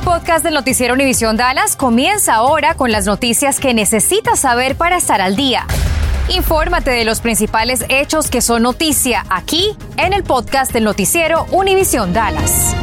Podcast del Noticiero Univisión Dallas comienza ahora con las noticias que necesitas saber para estar al día. Infórmate de los principales hechos que son noticia aquí en el podcast del Noticiero Univisión Dallas.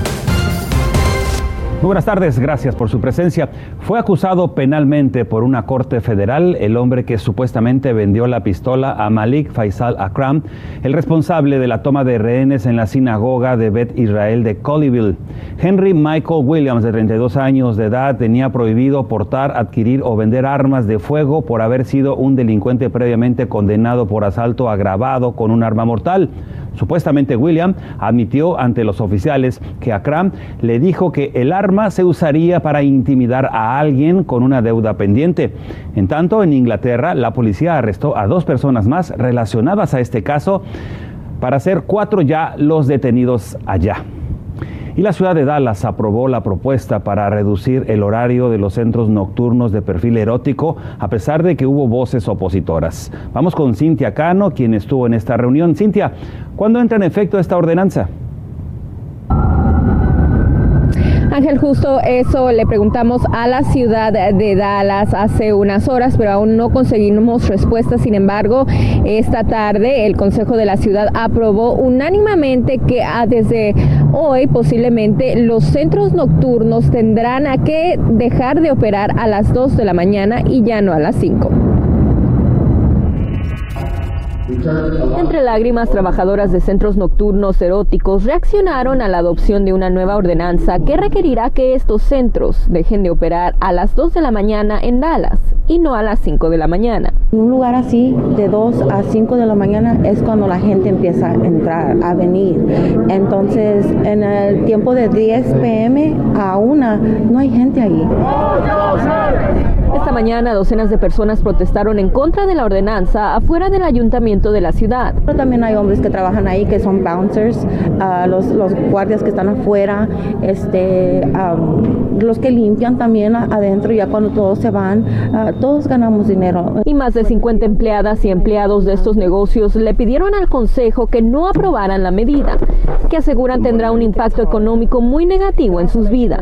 Muy buenas tardes, gracias por su presencia. Fue acusado penalmente por una corte federal el hombre que supuestamente vendió la pistola a Malik Faisal Akram, el responsable de la toma de rehenes en la sinagoga de Bet Israel de Colleyville. Henry Michael Williams, de 32 años de edad, tenía prohibido portar, adquirir o vender armas de fuego por haber sido un delincuente previamente condenado por asalto agravado con un arma mortal. Supuestamente William admitió ante los oficiales que Akram le dijo que el arma se usaría para intimidar a alguien con una deuda pendiente. En tanto, en Inglaterra, la policía arrestó a 2 personas más relacionadas a este caso, para ser 4 ya los detenidos allá. Y la ciudad de Dallas aprobó la propuesta para reducir el horario de los centros nocturnos de perfil erótico, a pesar de que hubo voces opositoras. Vamos con Cintia Cano, quien estuvo en esta reunión. Cintia, ¿cuándo entra en efecto esta ordenanza? Ángel, justo eso le preguntamos a la ciudad de Dallas hace unas horas, pero aún no conseguimos respuesta. Sin embargo, esta tarde el Consejo de la Ciudad aprobó unánimemente que desde hoy posiblemente los centros nocturnos tendrán que dejar de operar a las 2 de la mañana y ya no a las 5. Entre lágrimas, trabajadoras de centros nocturnos eróticos reaccionaron a la adopción de una nueva ordenanza que requerirá que estos centros dejen de operar a las 2 de la mañana en Dallas y no a las 5 de la mañana. En un lugar así, de 2 a 5 de la mañana es cuando la gente empieza a entrar, a venir. Entonces, en el tiempo de 10 p.m. a 1, no hay gente ahí. Esta mañana, docenas de personas protestaron en contra de la ordenanza afuera del ayuntamiento de la ciudad. Pero también hay hombres que trabajan ahí, que son bouncers, los guardias que están afuera, los que limpian también adentro. Ya cuando todos se van, todos ganamos dinero. Y más de 50 empleadas y empleados de estos negocios le pidieron al consejo que no aprobaran la medida, que aseguran tendrá un impacto económico muy negativo en sus vidas.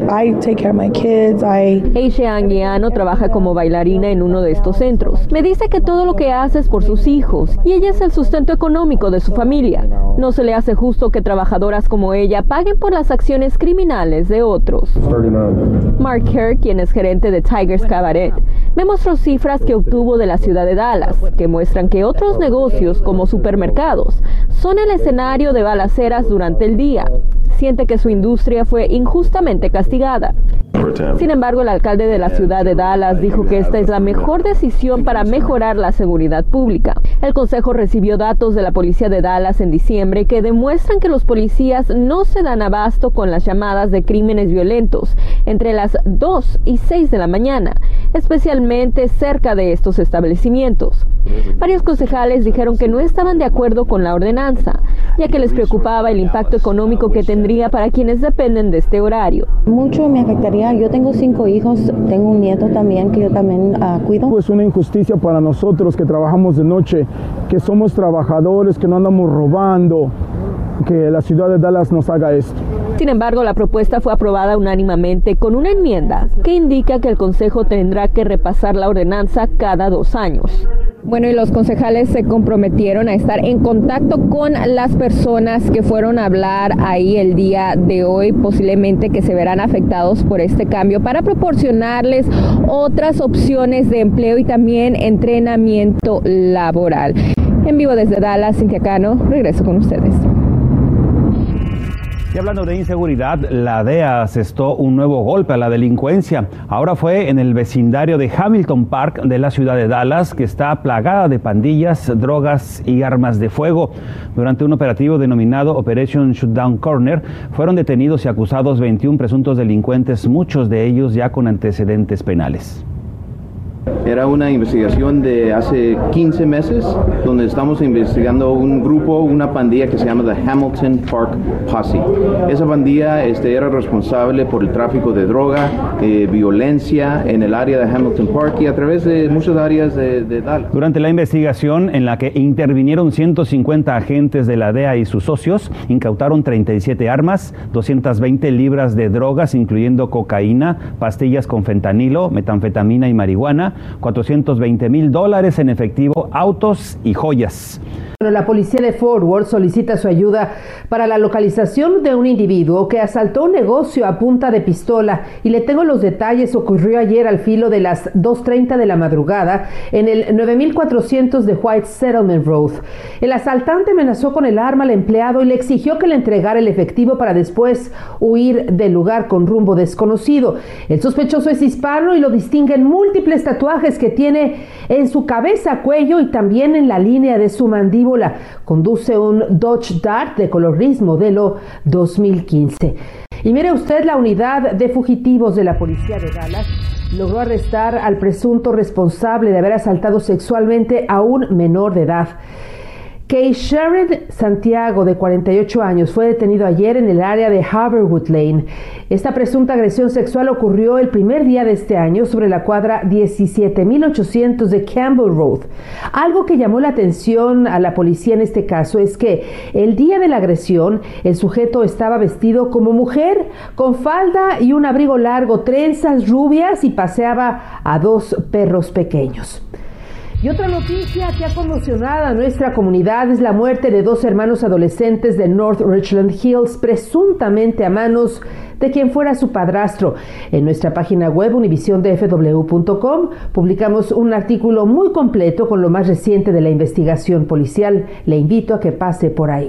Aisha Anguiano trabaja como bailarina en uno de estos centros. Me dice que todo lo que hace es por sus hijos y ella es el sustento económico de su familia. No se le hace justo que trabajadoras como ella paguen por las acciones criminales de otros. Mark Kerr, quien es gerente de Tigers Cabaret, me mostró cifras que obtuvo de la ciudad de Dallas, que muestran que otros negocios como supermercados son el escenario de balaceras durante el día. Siente que su industria fue injustamente castigada. Sin embargo, el alcalde de la ciudad de Dallas dijo que esta es la mejor decisión para mejorar la seguridad pública. El consejo recibió datos de la policía de Dallas en diciembre que demuestran que los policías no se dan abasto con las llamadas de crímenes violentos entre las 2 y 6 de la mañana, especialmente cerca de estos establecimientos. Varios concejales dijeron que no estaban de acuerdo con la ordenanza, ya que les preocupaba el impacto económico que tendría para quienes dependen de este horario. Mucho me afectaría. Yo tengo 5 hijos, tengo un nieto también que yo también cuido. Es una injusticia para nosotros que trabajamos de noche, que somos trabajadores, que no andamos robando, que la ciudad de Dallas nos haga esto. Sin embargo, la propuesta fue aprobada unánimemente con una enmienda que indica que el Consejo tendrá que repasar la ordenanza cada 2 años. Bueno, y los concejales se comprometieron a estar en contacto con las personas que fueron a hablar ahí el día de hoy, posiblemente que se verán afectados por este cambio, para proporcionarles otras opciones de empleo y también entrenamiento laboral. En vivo desde Dallas, Cintia Cano, regreso con ustedes. Y hablando de inseguridad, la DEA asestó un nuevo golpe a la delincuencia. Ahora fue en el vecindario de Hamilton Park de la ciudad de Dallas, que está plagada de pandillas, drogas y armas de fuego. Durante un operativo denominado Operation Shutdown Corner, fueron detenidos y acusados 21 presuntos delincuentes, muchos de ellos ya con antecedentes penales. Era una investigación de hace 15 meses, donde estamos investigando un grupo, una pandilla que se llama The Hamilton Park Posse. Esa pandilla era responsable por el tráfico de droga, violencia en el área de Hamilton Park y a través de muchas áreas de Dallas. Durante la investigación, en la que intervinieron 150 agentes de la DEA y sus socios, incautaron 37 armas, 220 libras de drogas, incluyendo cocaína, pastillas con fentanilo, metanfetamina y marihuana, $420,000 en efectivo, autos y joyas. La policía de Fort Worth solicita su ayuda para la localización de un individuo que asaltó un negocio a punta de pistola, y le tengo los detalles. Ocurrió ayer al filo de las 2:30 de la madrugada en el 9400 de White Settlement Road. El asaltante amenazó con el arma al empleado y le exigió que le entregara el efectivo para después huir del lugar con rumbo desconocido. El sospechoso es hispano y lo distinguen múltiples tatuajes que tiene en su cabeza, cuello y también en la línea de su mandíbula. Conduce un Dodge Dart de color gris modelo 2015. Y mire usted, la unidad de fugitivos de la policía de Dallas logró arrestar al presunto responsable de haber asaltado sexualmente a un menor de edad. Keyshared Santiago, de 48 años, fue detenido ayer en el área de Haverwood Lane. Esta presunta agresión sexual ocurrió el primer día de este año sobre la cuadra 17,800 de Campbell Road. Algo que llamó la atención a la policía en este caso es que el día de la agresión, el sujeto estaba vestido como mujer, con falda y un abrigo largo, trenzas rubias, y paseaba a 2 perros pequeños. Y otra noticia que ha conmocionado a nuestra comunidad es la muerte de 2 hermanos adolescentes de North Richland Hills, presuntamente a manos de quien fuera su padrastro. En nuestra página web univisiondfw.com publicamos un artículo muy completo con lo más reciente de la investigación policial. Le invito a que pase por ahí.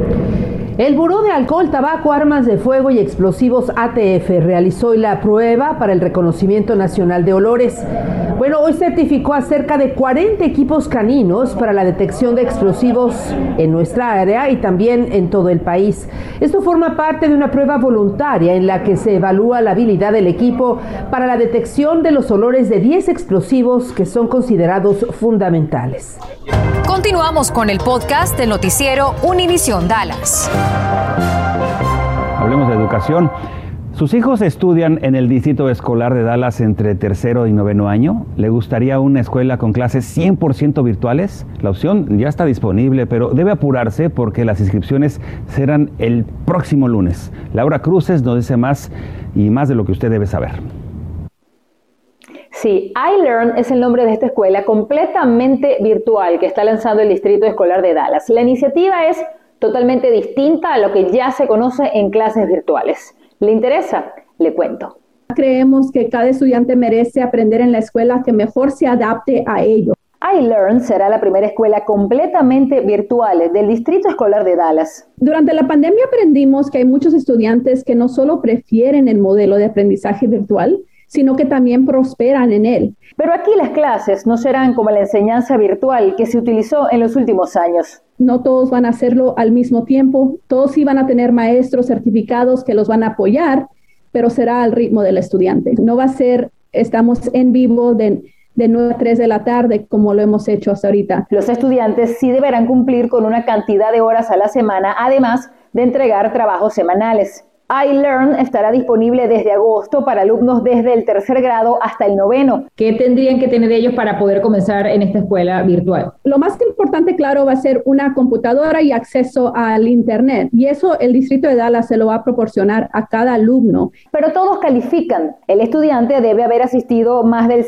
El Buró de Alcohol, Tabaco, Armas de Fuego y Explosivos ATF realizó hoy la prueba para el reconocimiento nacional de olores. Bueno, hoy certificó a cerca de 40 equipos caninos para la detección de explosivos en nuestra área y también en todo el país. Esto forma parte de una prueba voluntaria en la que se evalúa la habilidad del equipo para la detección de los olores de 10 explosivos que son considerados fundamentales. Continuamos con el podcast del noticiero Univisión Dallas. Hablemos de educación. ¿Sus hijos estudian en el distrito escolar de Dallas entre 3º y 9º año? ¿Le gustaría una escuela con clases 100% virtuales? La opción ya está disponible, pero debe apurarse porque las inscripciones serán el próximo lunes. Laura Cruces nos dice más y más de lo que usted debe saber. Sí, iLearn es el nombre de esta escuela completamente virtual que está lanzando el Distrito Escolar de Dallas. La iniciativa es totalmente distinta a lo que ya se conoce en clases virtuales. ¿Le interesa? Le cuento. Creemos que cada estudiante merece aprender en la escuela que mejor se adapte a ello. iLearn será la primera escuela completamente virtual del Distrito Escolar de Dallas. Durante la pandemia aprendimos que hay muchos estudiantes que no solo prefieren el modelo de aprendizaje virtual, sino que también prosperan en él. Pero aquí las clases no serán como la enseñanza virtual que se utilizó en los últimos años. No todos van a hacerlo al mismo tiempo, todos sí van a tener maestros certificados que los van a apoyar, pero será al ritmo del estudiante. No va a ser, estamos en vivo de 9 a 3 de la tarde como lo hemos hecho hasta ahorita. Los estudiantes sí deberán cumplir con una cantidad de horas a la semana, además de entregar trabajos semanales. iLearn estará disponible desde agosto para alumnos desde el 3er grado hasta el 9º. ¿Qué tendrían que tener ellos para poder comenzar en esta escuela virtual? Lo más importante, claro, va a ser una computadora y acceso al internet. Y eso el Distrito de Dallas se lo va a proporcionar a cada alumno. Pero todos califican. El estudiante debe haber asistido más del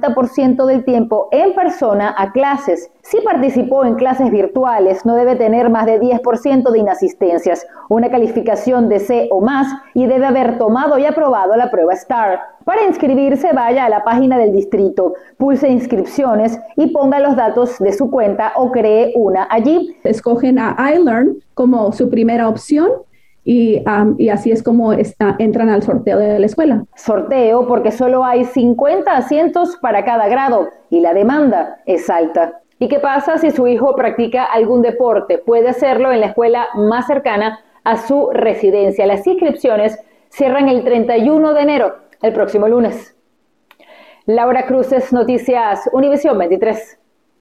50% del tiempo en persona a clases. Si participó en clases virtuales, no debe tener más de 10% de inasistencias, una calificación de C o más, y debe haber tomado y aprobado la prueba STAR. Para inscribirse, vaya a la página del distrito, pulse inscripciones y ponga los datos de su cuenta o cree una allí. Escogen a iLearn como su primera opción. Y así es como entran al sorteo de la escuela. Sorteo porque solo hay 50 asientos para cada grado y la demanda es alta. ¿Y qué pasa si su hijo practica algún deporte? Puede hacerlo en la escuela más cercana a su residencia. Las inscripciones cierran el 31 de enero, el próximo lunes. Laura Cruces, Noticias Univisión 23.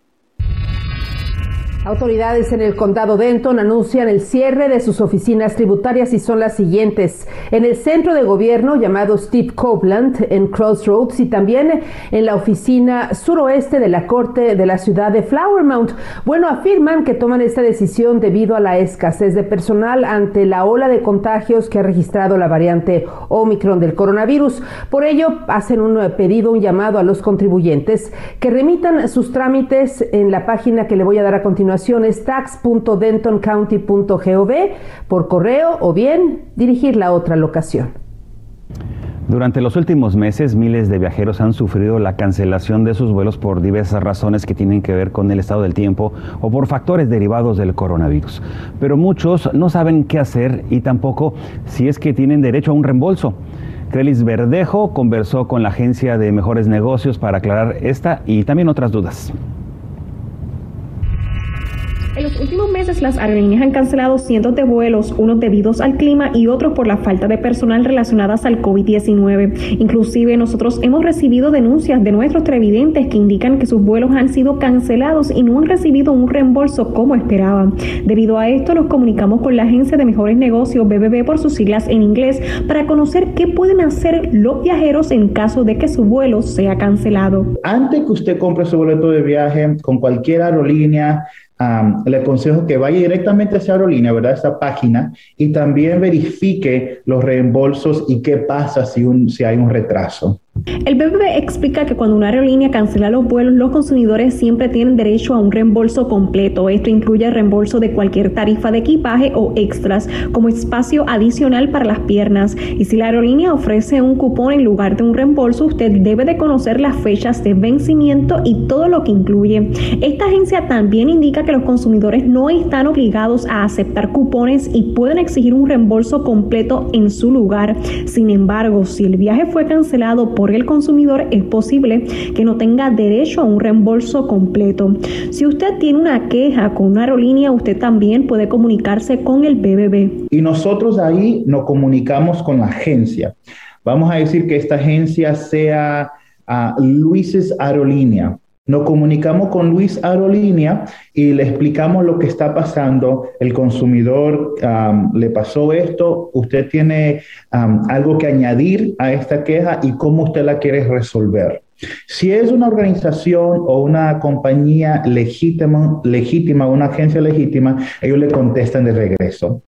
Autoridades en el condado Denton anuncian el cierre de sus oficinas tributarias y son las siguientes: en el centro de gobierno llamado Steve Copeland en Crossroads y también en la oficina suroeste de la corte de la ciudad de Flower Mount. Bueno, afirman que toman esta decisión debido a la escasez de personal ante la ola de contagios que ha registrado la variante Omicron del coronavirus. Por ello, hacen un pedido, un llamado a los contribuyentes que remitan sus trámites en la página que le voy a dar a continuación, es tax.dentoncounty.gov, por correo o bien dirigirla a otra locación. Durante los últimos meses, miles de viajeros han sufrido la cancelación de sus vuelos por diversas razones que tienen que ver con el estado del tiempo o por factores derivados del coronavirus. Pero muchos no saben qué hacer y tampoco si es que tienen derecho a un reembolso. Crelis Verdejo conversó con la agencia de Mejores Negocios para aclarar esta y también otras dudas. En los últimos meses, las aerolíneas han cancelado cientos de vuelos, unos debidos al clima y otros por la falta de personal relacionadas al COVID-19. Inclusive, nosotros hemos recibido denuncias de nuestros televidentes que indican que sus vuelos han sido cancelados y no han recibido un reembolso como esperaban. Debido a esto, nos comunicamos con la agencia de Mejores Negocios, BBB por sus siglas en inglés, para conocer qué pueden hacer los viajeros en caso de que su vuelo sea cancelado. Antes que usted compre su boleto de viaje con cualquier aerolínea, le aconsejo que vaya directamente a esa aerolínea, ¿verdad? Esa página, y también verifique los reembolsos y qué pasa si hay un retraso. El BBB explica que cuando una aerolínea cancela los vuelos, los consumidores siempre tienen derecho a un reembolso completo. Esto incluye el reembolso de cualquier tarifa de equipaje o extras, como espacio adicional para las piernas. Y si la aerolínea ofrece un cupón en lugar de un reembolso, usted debe de conocer las fechas de vencimiento y todo lo que incluye. Esta agencia también indica que los consumidores no están obligados a aceptar cupones y pueden exigir un reembolso completo en su lugar. Sin embargo, si el viaje fue cancelado por el consumidor, es posible que no tenga derecho a un reembolso completo. Si usted tiene una queja con una aerolínea, usted también puede comunicarse con el BBB. Y nosotros ahí nos comunicamos con la agencia. Vamos a decir que esta agencia sea Luis's Aerolínea. Nos comunicamos con Luis Aerolínea y le explicamos lo que está pasando. El consumidor le pasó esto, usted tiene algo que añadir a esta queja y cómo usted la quiere resolver. Si es una organización o una compañía legítima, una agencia legítima, ellos le contestan de regreso.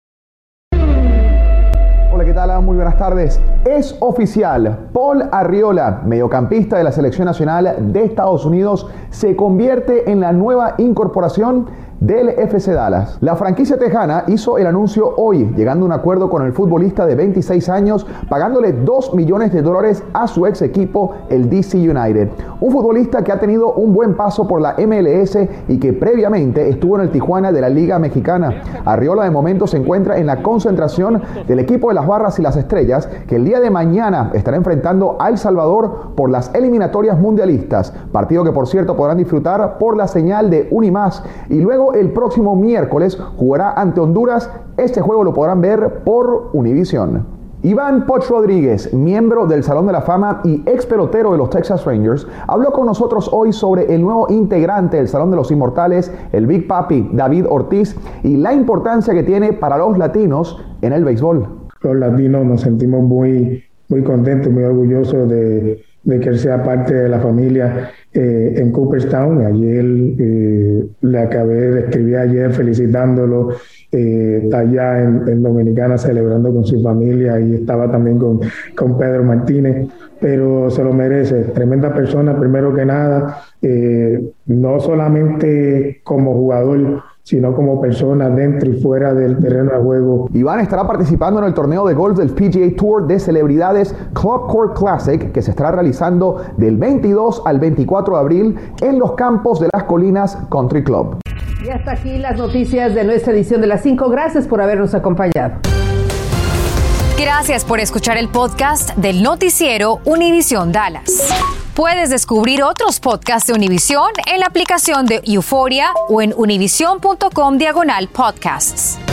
Hola, ¿qué tal? Muy buenas tardes. Es oficial, Paul Arriola, mediocampista de la Selección Nacional de Estados Unidos, se convierte en la nueva incorporación del FC Dallas. La franquicia tejana hizo el anuncio hoy, llegando a un acuerdo con el futbolista de 26 años, pagándole $2 millones a su ex equipo, el DC United. Un futbolista que ha tenido un buen paso por la MLS y que previamente estuvo en el Tijuana de la Liga Mexicana. Arriola de momento se encuentra en la concentración del equipo de las Barras y las Estrellas, que el día de mañana estará enfrentando a El Salvador por las eliminatorias mundialistas, partido que por cierto podrán disfrutar por la señal de Unimás, y luego el próximo miércoles jugará ante Honduras. Este juego lo podrán ver por Univision. Iván Poch Rodríguez, miembro del Salón de la Fama y ex pelotero de los Texas Rangers, habló con nosotros hoy sobre el nuevo integrante del Salón de los Inmortales, el Big Papi David Ortiz, y la importancia que tiene para los latinos en el béisbol. Los latinos nos sentimos muy contentos, muy orgullosos de que él sea parte de la familia en Cooperstown. Ayer le acabé de escribir ayer felicitándolo, está allá en Dominicana celebrando con su familia y estaba también con Pedro Martínez, pero se lo merece, tremenda persona primero que nada, no solamente como jugador, sino como persona dentro y fuera del terreno de juego. Iván estará participando en el torneo de golf del PGA Tour de celebridades Club Court Classic, que se estará realizando del 22 al 24 de abril en los campos de las Colinas Country Club. Y hasta aquí las noticias de nuestra edición de las 5. Gracias por habernos acompañado. Gracias por escuchar el podcast del noticiero Univisión Dallas. Puedes descubrir otros podcasts de Univisión en la aplicación de Euforia o en univision.com/podcasts.